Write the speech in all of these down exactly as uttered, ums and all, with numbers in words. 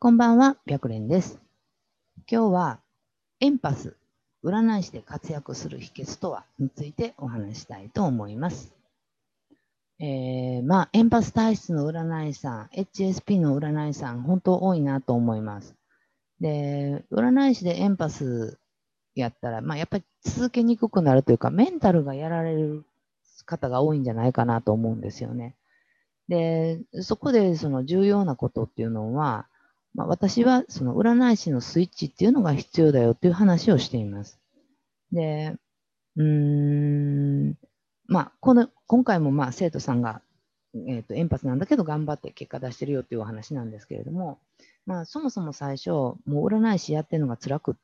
こんばんは、白蓮です。今日はエンパス、占い師で活躍する秘訣とはについてお話したいと思います。えー、まあ、エンパス体質の占い師さん、エイチエスピー の占い師さん、本当多いなと思います。で、占い師でエンパスやったら、まあ、やっぱり続けにくくなるというか、メンタルがやられる方が多いんじゃないかなと思うんですよね。で、そこでその重要なことっていうのは、まあ、私はその占い師のスイッチっていうのが必要だよっていう話をしています。で、うーん、まあ、この、今回もまあ生徒さんが、えっと、エンパスなんだけど頑張って結果出してるよっていうお話なんですけれども、まあ、そもそも最初、もう占い師やってるのが辛くって、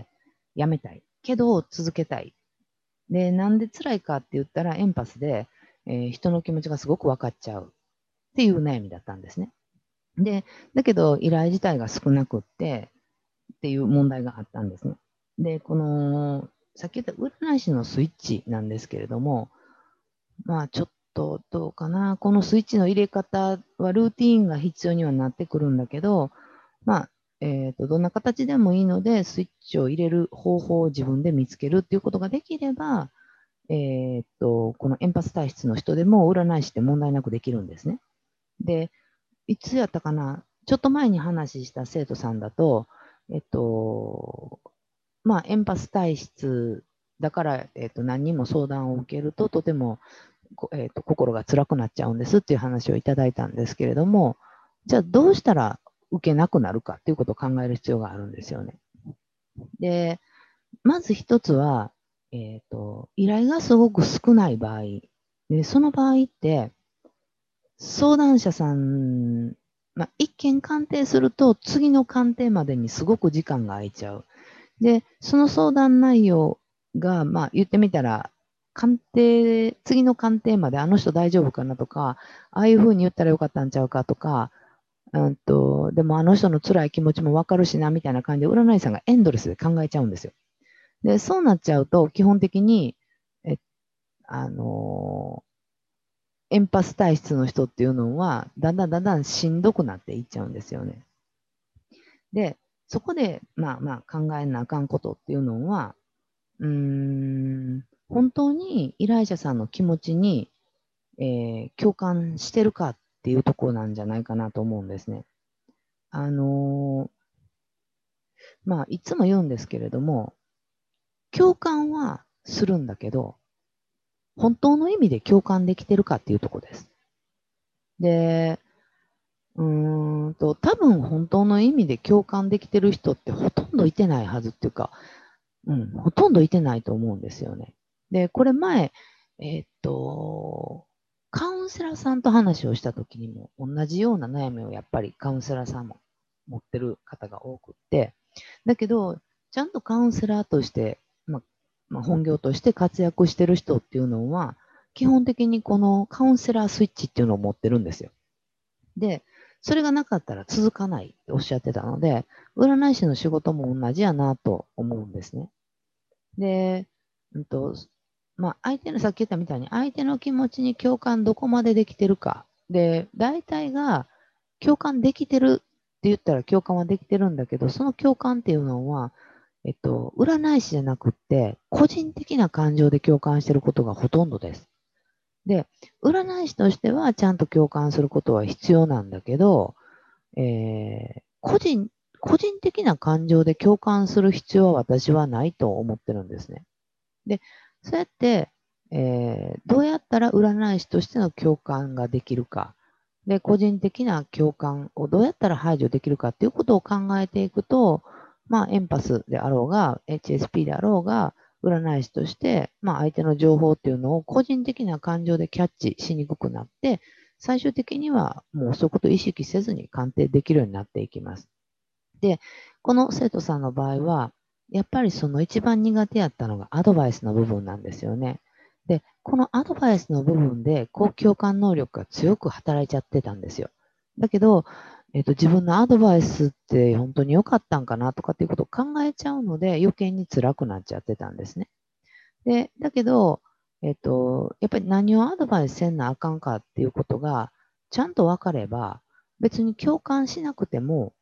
やめたい。けど、続けたい。で、なんで辛いかって言ったら、エンパスで、えー人の気持ちがすごく分かっちゃうっていう悩みだったんですね。で、だけど依頼自体が少なくってっていう問題があったんですね。で、この、さっき言った占い師のスイッチなんですけれども、まあちょっとどうかな、このスイッチの入れ方はルーティーンが必要にはなってくるんだけど、まあ、えっと、どんな形でもいいので、スイッチを入れる方法を自分で見つけるっていうことができれば、えっと、このエンパス体質の人でも占い師って問題なくできるんですね。で、いつやったかな、ちょっと前に話した生徒さんだと、えっと、まあ、エンパス体質だから、えっと、何人も相談を受けると、とても、えっと、心が辛くなっちゃうんですっていう話をいただいたんですけれども、じゃあどうしたら受けなくなるかっていうことを考える必要があるんですよね。で、まず一つは、えっと、依頼がすごく少ない場合、でその場合って、相談者さん、まあ、一件鑑定すると、次の鑑定までにすごく時間が空いちゃう。で、その相談内容が、まあ、言ってみたら、鑑定、次の鑑定まであの人大丈夫かなとか、ああいうふうに言ったらよかったんちゃうかとか、うんと、でもあの人の辛い気持ちもわかるしな、みたいな感じで、占い師さんがエンドレスで考えちゃうんですよ。で、そうなっちゃうと、基本的に、え、あのエンパス体質の人っていうのは、だんだんだんだんしんどくなっていっちゃうんですよね。で、そこで、まあまあ考えなあかんことっていうのは、うーん、本当に依頼者さんの気持ちに、えー共感してるかっていうところなんじゃないかなと思うんですね。あのーまあ、いつも言うんですけれども、共感はするんだけど、本当の意味で共感できてるかっていうところです。で、うーんと、多分本当の意味で共感できてる人ってほとんどいてないはずっていうか、うん、ほとんどいてないと思うんですよね。で、これ前、えーっと、カウンセラーさんと話をした時にも同じような悩みをやっぱりカウンセラーさんも持ってる方が多くって、だけど、ちゃんとカウンセラーとして、まあ、まあ、本業として活躍してる人っていうのは、基本的にこのカウンセラースイッチっていうのを持ってるんですよ。で、それがなかったら続かないっておっしゃってたので、占い師の仕事も同じやなと思うんですね。で、うんと、まあ、相手の、さっき言ったみたいに、相手の気持ちに共感どこまでできてるか。で、大体が共感できてるって言ったら共感はできてるんだけど、その共感っていうのは、えっと、占い師じゃなくって、個人的な感情で共感してることがほとんどです。で、占い師としてはちゃんと共感することは必要なんだけど、えー個人、個人的な感情で共感する必要は私はないと思ってるんですね。で、そうやって、えーどうやったら占い師としての共感ができるか。で、個人的な共感をどうやったら排除できるかっていうことを考えていくと、まあ、エンパスであろうが、エイチエスピー であろうが、占い師として、まあ、相手の情報っていうのを個人的な感情でキャッチしにくくなって、最終的にはもうそういうことを意識せずに鑑定できるようになっていきます。で、この生徒さんの場合は、やっぱりその一番苦手やったのがアドバイスの部分なんですよね。で、このアドバイスの部分で、こう共感能力が強く働いちゃってたんですよ。だけど、えっと、自分のアドバイスって本当に良かったんかなとかっていうことを考えちゃうので、余計に辛くなっちゃってたんですね。で、だけど、えっと、やっぱり何をアドバイスせんなあかんかっていうことが、ちゃんと分かれば、別に共感しなくても、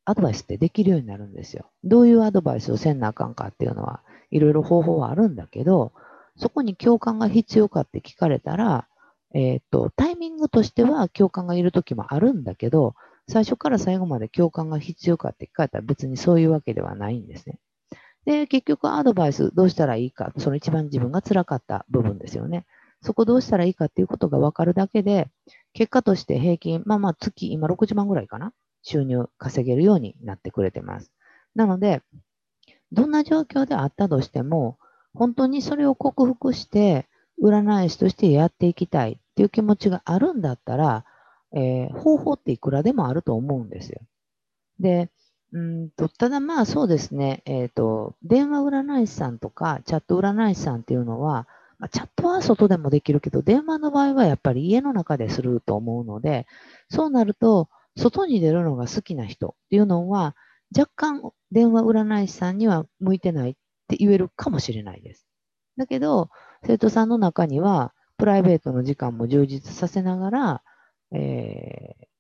アドバイスってできるようになるんですよ。どういうアドバイスをせんなあかんかっていうのは、いろいろ方法はあるんだけど、そこに共感が必要かって聞かれたら、えっと、タイミングとしては共感がいる時もあるんだけど、最初から最後まで共感が必要かって聞かれたら別にそういうわけではないんですね。で、結局アドバイスどうしたらいいか、その一番自分が辛かった部分ですよね。そこどうしたらいいかっていうことが分かるだけで、結果として平均、まあまあ月今ろくじゅうまんぐらいかな、収入稼げるようになってくれてます。なので、どんな状況であったとしても、本当にそれを克服して、占い師としてやっていきたいっていう気持ちがあるんだったら、えー方法っていくらでもあると思うんですよ。で、うんと、ただまあそうですね、えっと、電話占い師さんとか、チャット占い師さんっていうのは、まあ、チャットは外でもできるけど、電話の場合はやっぱり家の中ですると思うので、そうなると、外に出るのが好きな人っていうのは、若干電話占い師さんには向いてないって言えるかもしれないです。だけど、生徒さんの中には、プライベートの時間も充実させながら、えー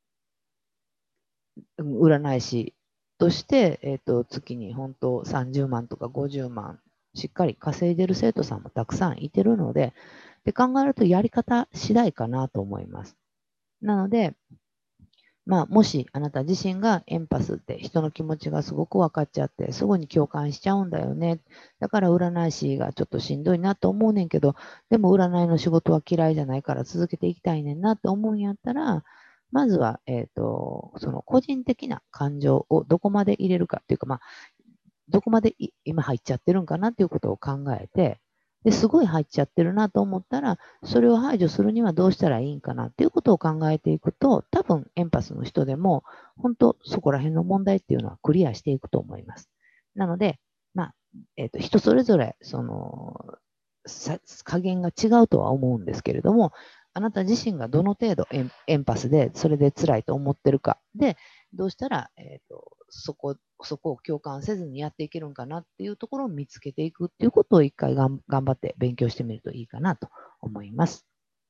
占い師として、えっと、月に本当さんじゅうまんとかごじゅうまんしっかり稼いでる生徒さんもたくさんいてるので、で考えるとやり方次第かなと思います。なので、まあ、もしあなた自身がエンパスって人の気持ちがすごく分かっちゃって、すぐに共感しちゃうんだよね。だから占い師がちょっとしんどいなと思うねんけど、でも占いの仕事は嫌いじゃないから続けていきたいねんなって思うんやったら、まずは、えっと、その個人的な感情をどこまで入れるかっていうか、まあ、どこまで今入っちゃってるんかなっていうことを考えて、で、すごい入っちゃってるなと思ったら、それを排除するにはどうしたらいいんかなっていうことを考えていくと、多分エンパスの人でも、本当そこら辺の問題っていうのはクリアしていくと思います。なので、まあ、えっ、と、人それぞれ、その、加減が違うとは思うんですけれども、あなた自身がどの程度エンエンパスで、それで辛いと思ってるか、で、どうしたら、えっ、と、そこ、そこを共感せずにやっていけるんかなっていうところを見つけていくっていうことを一回がん頑張って勉強してみるといいかなと思います。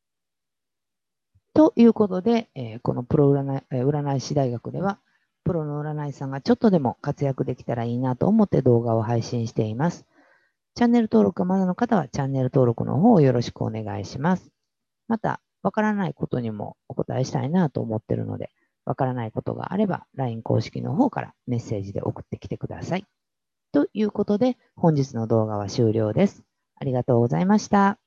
ということで、えーこのプロ占い、えー占い師大学では、プロの占い師さんがちょっとでも活躍できたらいいなと思って動画を配信しています。チャンネル登録がまだの方はチャンネル登録の方をよろしくお願いします。また、わからないことにもお答えしたいなと思っているので、わからないことがあれば ライン 公式の方からメッセージで送ってきてください。ということで、本日の動画は終了です。ありがとうございました。